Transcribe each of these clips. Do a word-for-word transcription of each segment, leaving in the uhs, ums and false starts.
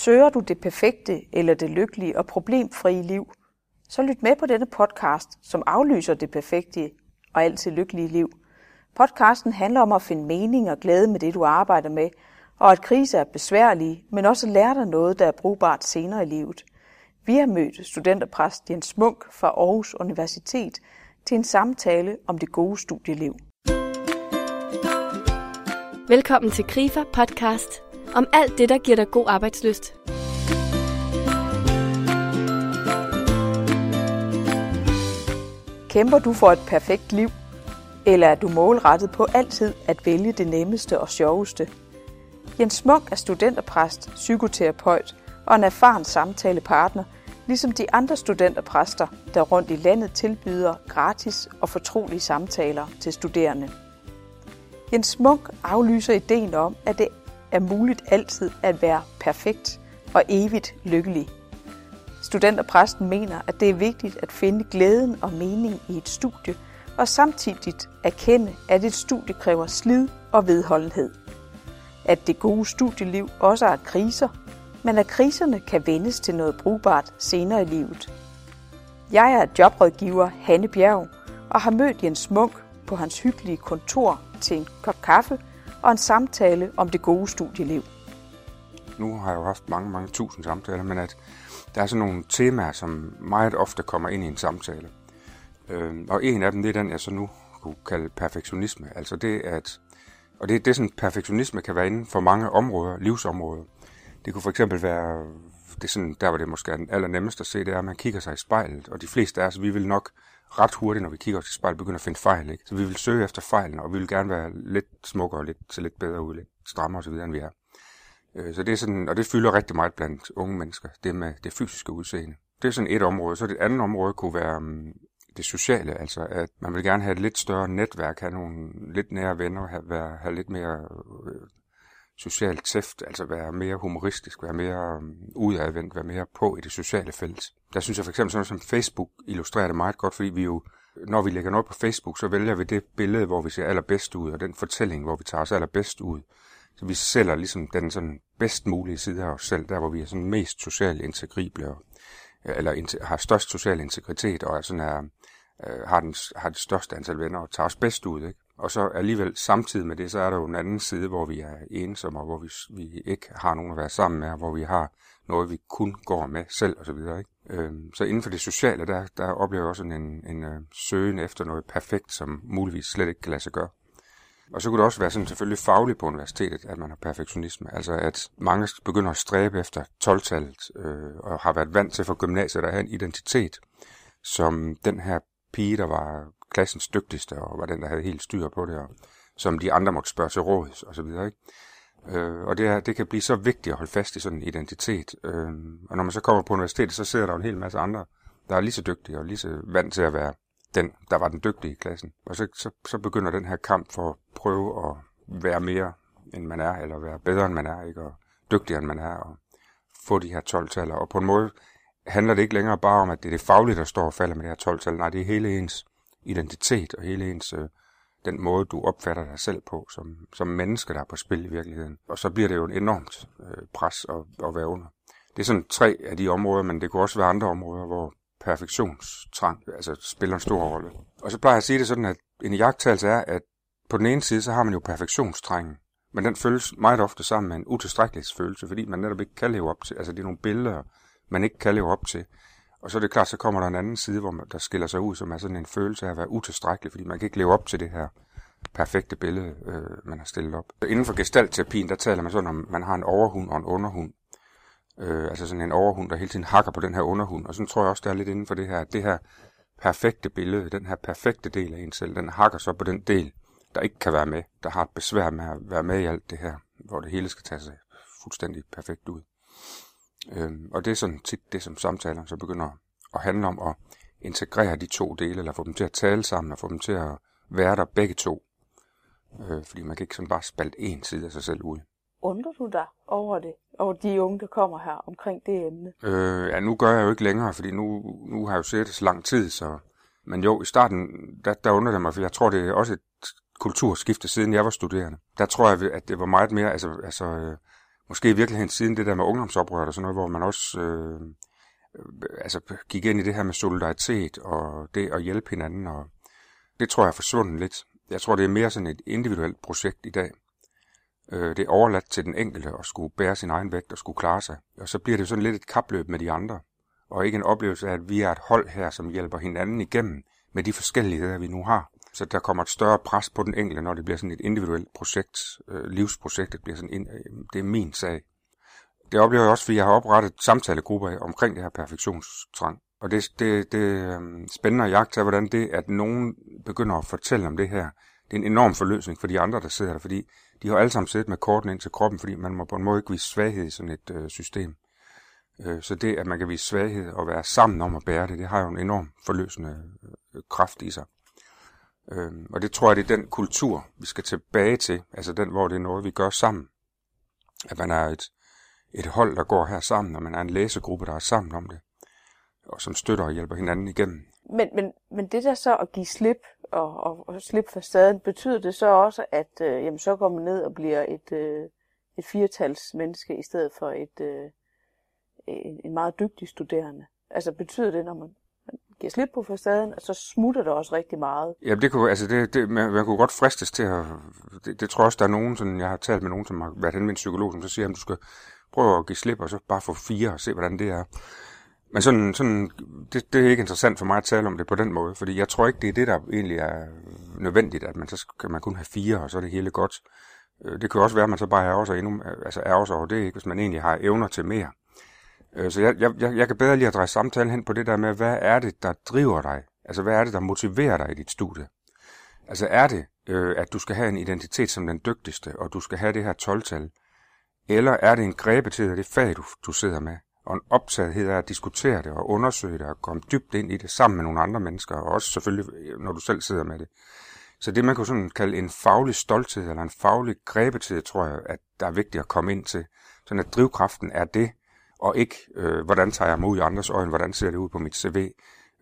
Søger du det perfekte eller det lykkelige og problemfrie liv, så lyt med på denne podcast, som aflyser det perfekte og altid lykkelige liv. Podcasten handler om at finde mening og glæde med det, du arbejder med, og at kriser er besværlige, men også lære dig noget, der er brugbart senere i livet. Vi har mødt studenterpræst Jens Munk fra Aarhus Universitet til en samtale om det gode studieliv. Velkommen til Krifa podcast om alt det, der giver dig god arbejdslyst. Kæmper du for et perfekt liv? Eller er du målrettet på altid at vælge det nemmeste og sjoveste? Jens Munk er studenterpræst, psykoterapeut og en erfaren samtalepartner, ligesom de andre studenterpræster, der rundt i landet tilbyder gratis og fortrolige samtaler til studerende. Jens Munk aflyser ideen om, at det er muligt altid at være perfekt og evigt lykkelig. Studenterpræsten mener, at det er vigtigt at finde glæden og mening i et studie, og samtidig erkende, at et studie kræver slid og vedholdenhed. At det gode studieliv også har kriser, men at kriserne kan vendes til noget brugbart senere i livet. Jeg er jobrådgiver Hanne Bjerg og har mødt Jens Munk på hans hyggelige kontor til en kop kaffe og en samtale om det gode studieliv. Nu har jeg jo haft mange, mange tusind samtaler, men at der er sådan nogle temaer, som meget ofte kommer ind i en samtale. Øh, og en af dem, det er den, jeg så nu kunne kalde perfektionisme. Altså det at, og det, det er sådan, perfektionisme kan være inden for mange områder, livsområder. Det kunne for eksempel være, det er sådan, der hvor det måske er den allernemmeste at se, det er, at man kigger sig i spejlet. Og de fleste af os, vi vil nok ret hurtigt, når vi kigger os i spejlet, begynde at finde fejl. Ikke? Så vi vil søge efter fejlen, og vi vil gerne være lidt smukkere og lidt, så lidt bedre ud, lidt strammere osv., end vi er. Så det er sådan, og det fylder rigtig meget blandt unge mennesker, det med det fysiske udseende. Det er sådan et område. Så det andet område kunne være um, det sociale, altså at man vil gerne have et lidt større netværk, have nogle lidt nære venner, have, være, have lidt mere øh, socialt tæft, altså være mere humoristisk, være mere um, udadvendt, være mere på i det sociale felt. Der synes jeg for eksempel sådan som Facebook illustrerer det meget godt, fordi vi jo, når vi lægger noget på Facebook, så vælger vi det billede, hvor vi ser allerbedst ud, og den fortælling, hvor vi tager os allerbedst ud. Så vi sælger ligesom den sådan bedst mulige side af os selv, der hvor vi er sådan mest socialt integrible, eller har størst social integritet, og er sådan er, øh, har, den, har det største antal venner, og tager os bedst ud, ikke? Og så alligevel samtidig med det, så er der jo en anden side, hvor vi er ensomme, og hvor vi, vi ikke har nogen at være sammen med, hvor vi har noget, vi kun går med selv, og så videre, ikke? Øhm, så inden for det sociale, der, der oplever jeg også en, en, en øh, søgen efter noget perfekt, som muligvis slet ikke kan lade sig gøre. Og så kunne det også være sådan selvfølgelig fagligt på universitetet, at man har perfektionisme. Altså at mange begynder at stræbe efter tolv-tallet, øh, og har været vant til for gymnasiet at have en identitet, som den her pige, der var klassens dygtigste, og var den, der havde helt styr på det, og som de andre måtte spørge til råds, og så videre, ikke? Øh, og det, er, det kan blive så vigtigt at holde fast i sådan en identitet. Øh, og når man så kommer på universitetet, så sidder der en hel masse andre, der er lige så dygtige og lige så vant til at være den, der var den dygtige i klassen. Og så, så, så begynder den her kamp for at prøve at være mere, end man er, eller være bedre, end man er, ikke? Og dygtigere, end man er, og få de her tolv-taller. Og på en måde handler det ikke længere bare om, at det er det faglige, der står og falder med det her tolv-tal. Nej, det er hele ens identitet, og hele ens, øh, den måde, du opfatter dig selv på, som, som menneske, der er på spil i virkeligheden. Og så bliver det jo en enormt øh, pres at, at være under. Det er sådan tre af de områder, men det kunne også være andre områder, hvor perfektionstrang altså spiller en stor rolle. Og så plejer jeg at sige det sådan, at en iagttagelse er, at på den ene side, så har man jo perfektionstrangen, men den føles meget ofte sammen med en utilstrækkelighedsfølelse, fordi man netop ikke kan leve op til, altså det er nogle billeder, man ikke kan leve op til. Og så er det klart, så kommer der en anden side, hvor man, der skiller sig ud, som er sådan en følelse af at være utilstrækkelig, fordi man kan ikke leve op til det her perfekte billede, øh, man har stillet op. Inden for gestaltterapien, der taler man sådan om, man har en overhund og en underhund. Øh, altså sådan en overhund, der hele tiden hakker på den her underhund. Og sådan tror jeg også, der er lidt inden for det her, det her perfekte billede, den her perfekte del af en selv, den hakker så på den del, der ikke kan være med, der har et besvær med at være med i alt det her, hvor det hele skal tage sig fuldstændig perfekt ud. Øh, og det er sådan tit det, som samtalerne så begynder at handle om, at integrere de to dele, eller få dem til at tale sammen, og få dem til at være der begge to. Øh, fordi man kan ikke sådan bare spalte en side af sig selv ud. Undrer du dig over det, over de unge, der kommer her omkring det emne? Øh, ja, nu gør jeg jo ikke længere, fordi nu, nu har jeg jo set det så lang tid, så... Men jo, i starten, der, der undrede det mig, for jeg tror, det er også et kulturskifte, siden jeg var studerende. Der tror jeg, at det var meget mere, altså, altså måske i virkeligheden siden det der med ungdomsoprøret og sådan noget, hvor man også øh, altså gik ind i det her med solidaritet og det at hjælpe hinanden, og det tror jeg er forsvundet lidt. Jeg tror, det er mere sådan et individuelt projekt i dag. Øh, det er overladt til den enkelte at skulle bære sin egen vægt og skulle klare sig. Og så bliver det sådan lidt et kapløb med de andre, og ikke en oplevelse af, at vi er et hold her, som hjælper hinanden igennem med de forskelligheder, vi nu har. Så der kommer et større pres på den enkelte, når det bliver sådan et individuelt projekt. Øh, livsprojektet bliver sådan en, øh, det er min sag. Det oplever jeg også, fordi jeg har oprettet samtalegrupper omkring det her perfektionstrang. Og det, det, det er spændende at jagte, hvordan det, at nogen begynder at fortælle om det her, det er en enorm forløsning for de andre, der sidder der, fordi de har alle sammen siddet med korten ind til kroppen, fordi man må på en måde ikke vise svaghed i sådan et øh, system. Øh, så det, at man kan vise svaghed og være sammen om at bære det, det har jo en enorm forløsende øh, kraft i sig. Øh, og det tror jeg, det er den kultur, vi skal tilbage til, altså den, hvor det er noget, vi gør sammen. At man er et, et hold, der går her sammen, og man er en læsegruppe, der er sammen om det, og som støtter og hjælper hinanden igennem. Men, men, men det der så at give slip og, og, og slip facaden, betyder det så også, at øh, jamen, så går man ned og bliver et, øh, et firetals menneske i stedet for et, øh, en, en meget dygtig studerende? Altså betyder det, når man, man giver slip på facaden, og så smutter det også rigtig meget? Ja, det kunne, altså det, det, man, man kunne godt fristes til at, det, det tror jeg også, der er nogen, sådan, jeg har talt med nogen, som har været hen med en psykolog, som så siger, at du skal prøve at give slip, og så bare få fire og se, hvordan det er. Men sådan, sådan det, det er ikke interessant for mig at tale om det på den måde, fordi jeg tror ikke, det er det, der egentlig er nødvendigt, at man så kan man kun have fire, og så er det hele godt. Det kan også være, at man så bare ærger sig endnu, altså ærger sig over det, ikke, hvis man egentlig har evner til mere. Så jeg, jeg, jeg kan bedre lige at dreje samtalen hen på det der med, hvad er det, der driver dig? Altså, hvad er det, der motiverer dig i dit studie? Altså, er det, øh, at du skal have en identitet som den dygtigste, og du skal have det her tolv-tal? Eller er det en grebetid af det fag, du, du sidder med? Og en optagethed af at diskutere det og undersøge det og komme dybt ind i det sammen med nogle andre mennesker, og også selvfølgelig, når du selv sidder med det. Så det, man kan sådan kalde en faglig stolthed, eller en faglig grebetid, tror jeg, at der er vigtigt at komme ind til. Sådan at drivkraften er det, og ikke, øh, hvordan tager jeg mig ud i andres øjne, hvordan ser det ud på mit C V,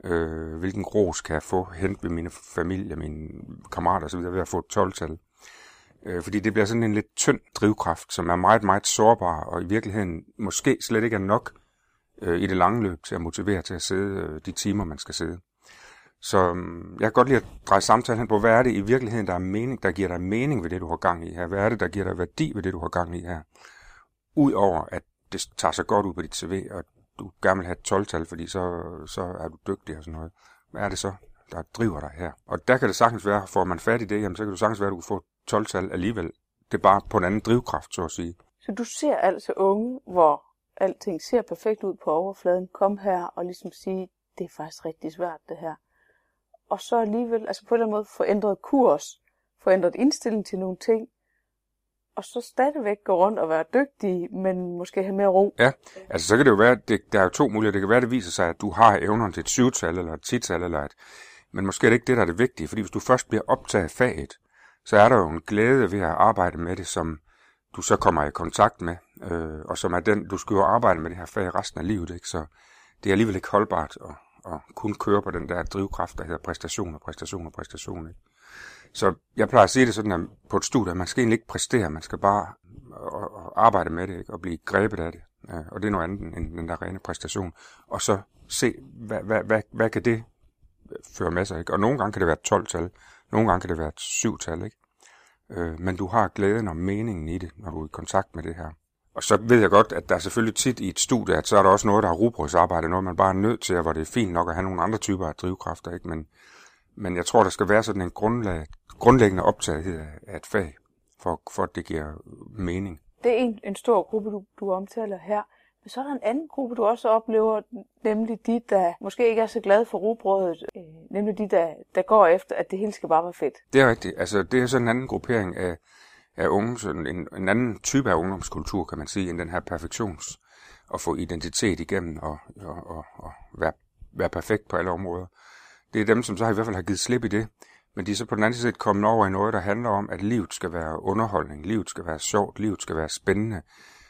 øh, hvilken ros kan jeg få, hente ved mine familie, mine kammerater osv. ved at få et tolv-tal. Øh, fordi det bliver sådan en lidt tynd drivkraft, som er meget, meget sårbar, og i virkeligheden måske slet ikke er nok øh, i det lange løb til at motivere til at sidde øh, de timer, man skal sidde. Så øh, jeg kan godt lide at dreje samtalen hen på, hvad er det i virkeligheden, der er mening, der giver dig mening ved det, du har gang i her? Hvad er det, der giver dig værdi ved det, du har gang i her? Udover at det tager sig godt ud på dit C V, og du gerne vil have et tolv-tal, fordi så, så er du dygtig og sådan noget. Hvad er det så, der driver dig her? Og der kan det sagtens være, får man fat i det, jamen, så kan det sagtens være, at du kan få tolv-tal alligevel. Det er bare på en anden drivkraft, så at sige. Så du ser altså unge, hvor alting ser perfekt ud på overfladen, kom her og ligesom sige, det er faktisk rigtig svært det her. Og så alligevel, altså på en eller anden måde, få ændret kurs, få ændret indstilling til nogle ting, og så stadigvæk gå rundt og være dygtig, men måske have mere ro. Ja, altså så kan det jo være, det, der er jo to muligheder. Det kan være, det viser sig, at du har evnerne til et syv-tal eller et ti-tal, eller et, men måske er det ikke det, der er det vigtige, fordi hvis du først bliver optaget af faget, så er der jo en glæde ved at arbejde med det, som du så kommer i kontakt med, øh, og som er den, du skal jo arbejde med det her fag resten af livet, ikke? Så det er alligevel ikke holdbart at, at kun køre på den der drivkraft, der hedder præstation og præstation og præstation, ikke? Så jeg plejer at sige det sådan, at på et studie, at man skal egentlig ikke præstere, man skal bare arbejde med det, ikke? Og blive grebet af det. Og det er noget andet end den der rene præstation. Og så se, hvad, hvad, hvad, hvad kan det føre med sig, ikke? Og nogle gange kan det være et tolv-tal, nogle gange kan det være et syv-tal, ikke? Men du har glæden og meningen i det, når du er i kontakt med det her. Og så ved jeg godt, at der er selvfølgelig tit i et studie, at så er der også noget, der er rugbrødsarbejde, noget man bare er nødt til, hvor det er fint nok at have nogle andre typer af drivkræfter, ikke? Men Men jeg tror, der skal være sådan en grundlag, grundlæggende optagethed af et fag, for, for at det giver mening. Det er en, en stor gruppe, du, du omtaler her. Men så er der en anden gruppe, du også oplever, nemlig de, der måske ikke er så glade for rugbrødet. Øh, nemlig de, der, der går efter, at det hele skal bare være fedt. Det er rigtigt. Altså, det er sådan en anden gruppering af, af unge, sådan en, en anden type af ungdomskultur, kan man sige, end den her perfektions- og få identitet igennem og, og, og, og være, være perfekt på alle områder. Det er dem, som så har i hvert fald har givet slip i det, men de er så på den anden side kommet over i noget, der handler om, at livet skal være underholdning, livet skal være sjovt, livet skal være spændende,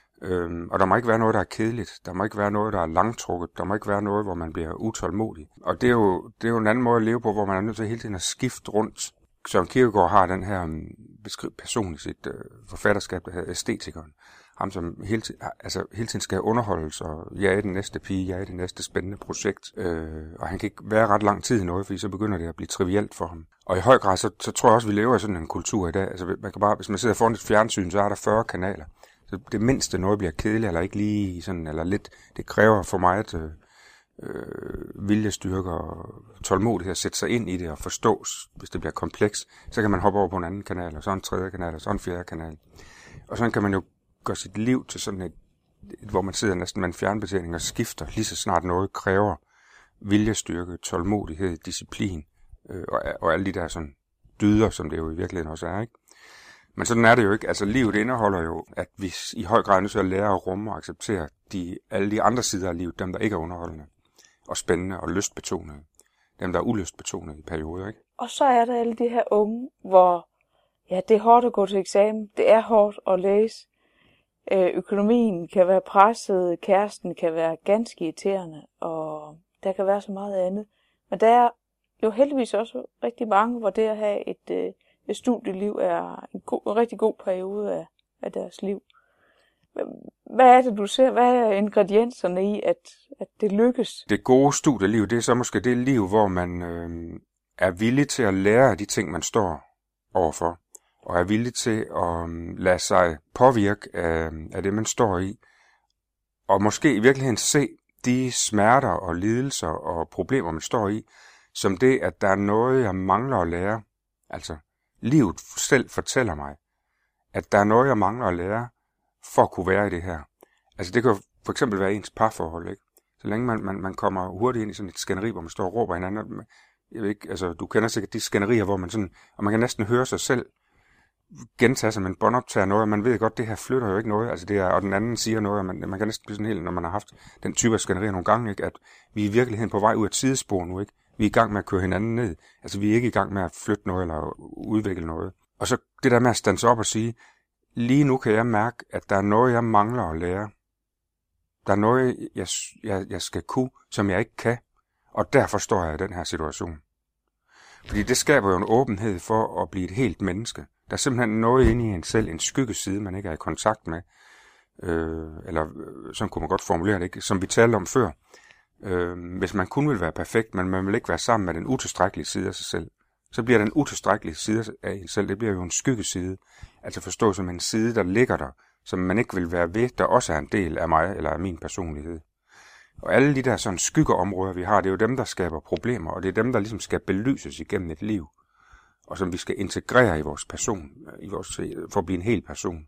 øhm, og der må ikke være noget, der er kedeligt, der må ikke være noget, der er langtrukket, der må ikke være noget, hvor man bliver utålmodig. Og det er jo, det er jo en anden måde at leve på, hvor man er nødt til hele tiden at skifte rundt. Søren Kierkegaard har den her beskriv person i sit øh, forfatterskab, der hedder Æstetikeren. ham som hele, tiden, altså, hele tiden skal underholdes, og jeg er den næste pige, jeg er det næste spændende projekt. Øh, og han kan ikke være ret lang tid i noget, fordi så begynder det at blive trivielt for ham. Og i høj grad, så, så tror jeg også, vi lever i sådan en kultur i dag. Altså, man kan bare, hvis man sidder foran et fjernsyn, så er der fyrre kanaler. Så det mindste noget bliver kedeligt, eller ikke lige sådan, eller lidt, det kræver for mig et øh, viljestyrke og tålmodighed at sætte sig ind i det og forstå, hvis det bliver kompleks, så kan man hoppe over på en anden kanal, og så en tredje kanal, og så en fjerde kanal. Og sådan kan man jo gøre sit liv til sådan et, et hvor man sidder næsten med en fjernbetjening og skifter, lige så snart noget kræver viljestyrke, tålmodighed, disciplin, øh, og, og alle de der sådan dyder, som det jo i virkeligheden også er, ikke? Men sådan er det jo ikke. Altså livet indeholder jo, at vi i høj grad er nødt til at lære at rumme og acceptere de, alle de andre sider af livet, dem der ikke er underholdende og spændende og lystbetonede. Dem der er ulystbetonede i perioder, ikke? Og så er der alle de her unge, hvor ja, det er hårdt at gå til eksamen, det er hårdt at læse, økonomien kan være presset, kæresten kan være ganske irriterende, og der kan være så meget andet. Men der er jo heldigvis også rigtig mange, hvor det at have et Et studieliv er en, god, en rigtig god periode af, af deres liv. Hvad er det, du ser? Hvad er ingredienserne i, at, at det lykkes? Det gode studieliv, det er så måske det liv, hvor man øh, er villig til at lære af de ting, man står overfor. Og er villig til at øh, lade sig påvirke af, af det, man står i. Og måske i virkeligheden se de smerter og lidelser og problemer, man står i, som det, at der er noget, jeg mangler at lære. Altså, livet selv fortæller mig, at der er noget, jeg mangler at lære, for at kunne være i det her. Altså det kan jo for eksempel være ens parforhold, ikke? Så længe man, man, man kommer hurtigt ind i sådan et skænderi, hvor man står og råber hinanden. Jeg ved ikke, altså du kender sikkert de skænderier, hvor man sådan, og man kan næsten høre sig selv gentage sig, man båndoptager noget, og man ved godt, det her flytter jo ikke noget, altså det er, og den anden siger noget, og man, man kan næsten blive sådan helt, når man har haft den type af skænderier nogle gange, ikke? At vi er i virkeligheden på vej ud af et sidespor nu, ikke? Vi er i gang med at køre hinanden ned. Altså, vi er ikke i gang med at flytte noget eller udvikle noget. Og så det der med at stands op og sige, lige nu kan jeg mærke, at der er noget, jeg mangler at lære. Der er noget, jeg, jeg, jeg skal kunne, som jeg ikke kan. Og derfor står jeg i den her situation. Fordi det skaber jo en åbenhed for at blive et helt menneske. Der er simpelthen noget inde i en selv, en skyggeside, man ikke er i kontakt med. Øh, eller sådan kunne man godt formulere det, ikke? Som vi talte om før. Øh, hvis man kun vil være perfekt, men man vil ikke være sammen med den utilstrækkelige side af sig selv, så bliver den utilstrækkelige side af en selv, det bliver jo en skyggeside. Altså forstå som en side, der ligger der, som man ikke vil være ved, der også er en del af mig eller af min personlighed. Og alle de der sådan skyggeområder, vi har, det er jo dem, der skaber problemer, og det er dem, der ligesom skal belyses igennem et liv, og som vi skal integrere i vores person, i vores, for at blive en hel person.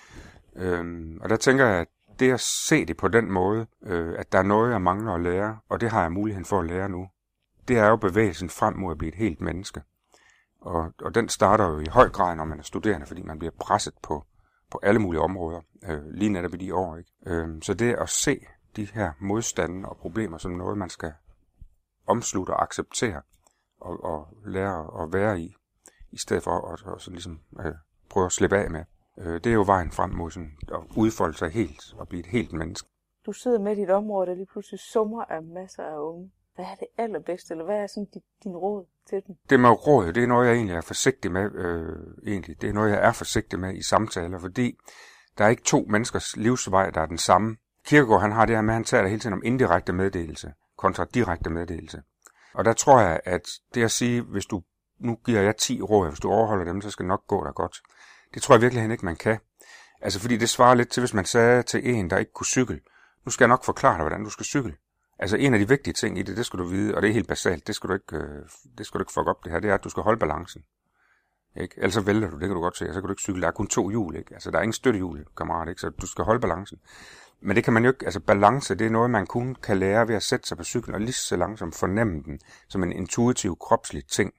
Øhm, og der tænker jeg, at det at se det på den måde, øh, at der er noget, jeg mangler at lære, og det har jeg muligheden for at lære nu, det er jo bevægelsen frem mod at blive et helt menneske. Og, og den starter jo i høj grad, når man er studerende, fordi man bliver presset på, på alle mulige områder, øh, lige netop i de år, ikke? Øh, så det at se de her modstande og problemer som noget, man skal omslutte og acceptere, og, og lære at være i, i stedet for at, at, at ligesom, øh, prøve at slippe af med. Øh, det er jo vejen frem mod sådan, at udfolde sig helt og blive et helt menneske. Du sidder med i dit område, der lige pludselig summer af masser af unge. Hvad er det allerbedste, eller hvad er sådan din, din råd til dem? Det med råd, det er noget, jeg egentlig er forsigtig med. Øh, egentlig. Det er noget, jeg er forsigtig med i samtaler, fordi der er ikke to menneskers livsvej, der er den samme. Kierkegaard, han har det her med, at han taler hele tiden om indirekte meddelelse kontra direkte meddelelse. Og der tror jeg, at det at sige, hvis du, nu giver jeg ti råd, hvis du overholder dem, så skal det nok gå dig godt. Det tror jeg virkelig ikke, man kan. Altså fordi det svarer lidt til, hvis man sagde til en, der ikke kunne cykle, nu skal jeg nok forklare dig, hvordan du skal cykle. Altså en af de vigtige ting i det, det skal du vide, og det er helt basalt, det skal du ikke, øh, det skal du ikke fuck op det her, det er, at du skal holde balancen. Ikke? Ellers så vælter du, det kan du godt se, og så kan du ikke cykle, der er kun to hjul, ikke? Altså der er ingen støttehjul, kammerat, ikke? Så du skal holde balancen. Men det kan man jo ikke, altså balance, det er noget, man kun kan lære ved at sætte sig på cyklen, og lige så langsomt fornemme den, som en intuitiv, kropslig ting.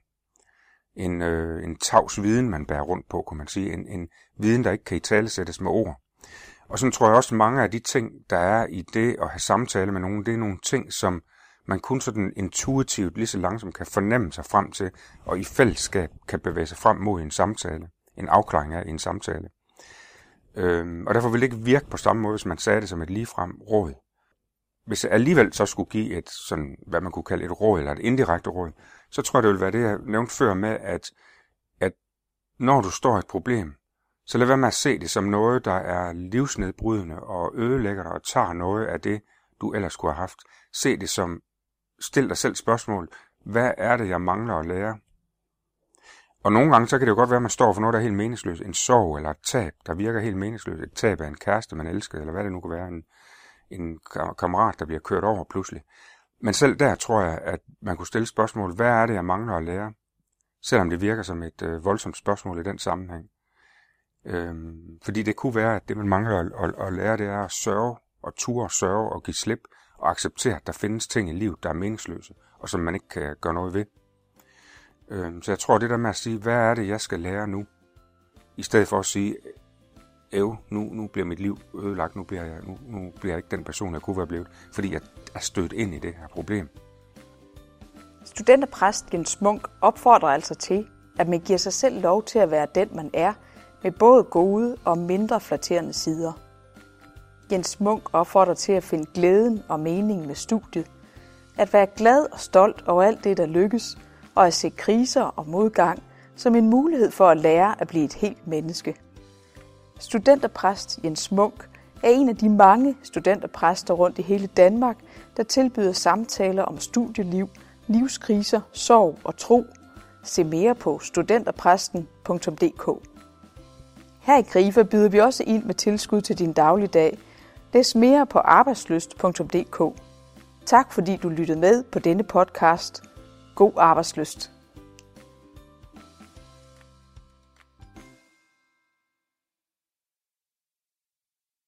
En, øh, en tavs viden, man bærer rundt på, kan man sige. En, en viden, der ikke kan italesættes med ord. Og sådan tror jeg også, mange af de ting, der er i det at have samtale med nogen, det er nogle ting, som man kun sådan intuitivt lige så langsomt kan fornemme sig frem til, og i fællesskab kan bevæge sig frem mod en samtale. En afklaring af en samtale. Øhm, og derfor vil det ikke virke på samme måde, hvis man sagde det som et ligefrem råd. Hvis jeg alligevel så skulle give et, sådan, hvad man kunne kalde et råd, eller et indirekte råd, så tror jeg, det vil være det, jeg nævnte før med, at, at når du står i et problem, Så lad være med at se det som noget, der er livsnedbrydende og ødelægger dig og tager noget af det, du ellers skulle have haft. Se det som, stil dig selv spørgsmål, hvad er det, jeg mangler at lære? Og nogle gange, så kan det jo godt være, at man står for noget, der er helt meningsløst. En sorg eller et tab, der virker helt meningsløst. Et tab af en kæreste, man elsker, eller hvad det nu kan være. En, en kammerat, der bliver kørt over pludselig. Men selv der tror jeg, at man kunne stille spørgsmål, hvad er det, jeg mangler at lære? Selvom det virker som et øh, voldsomt spørgsmål i den sammenhæng. Øhm, fordi det kunne være, at det man mangler at, at, at lære, det er at sørge og ture sørge og give slip og acceptere, at der findes ting i livet, der er meningsløse, og som man ikke kan gøre noget ved. Øhm, så jeg tror, det der med at sige, hvad er det, jeg skal lære nu? I stedet for at sige, æv, nu, nu bliver mit liv ødelagt, nu bliver, jeg, nu, nu bliver jeg ikke den person, jeg kunne være blevet, fordi jeg er stødt ind i det her problem. Studenterpræst Jens Munk opfordrer altså til, at man giver sig selv lov til at være den, man er, med både gode og mindre flatterende sider. Jens Munk opfordrer til at finde glæden og meningen med studiet, at være glad og stolt over alt det, der lykkes, og at se kriser og modgang som en mulighed for at lære at blive et helt menneske. Studenterpræst Jens Munk er en af de mange studenterpræster rundt i hele Danmark, der tilbyder samtaler om studieliv, livskriser, sorg og tro. Se mere på studenterpræsten punktum d k. Her i Grifa byder vi også ind med tilskud til din dagligdag. Læs mere på arbejdslyst punktum d k. Tak fordi du lyttede med på denne podcast. God arbejdslyst.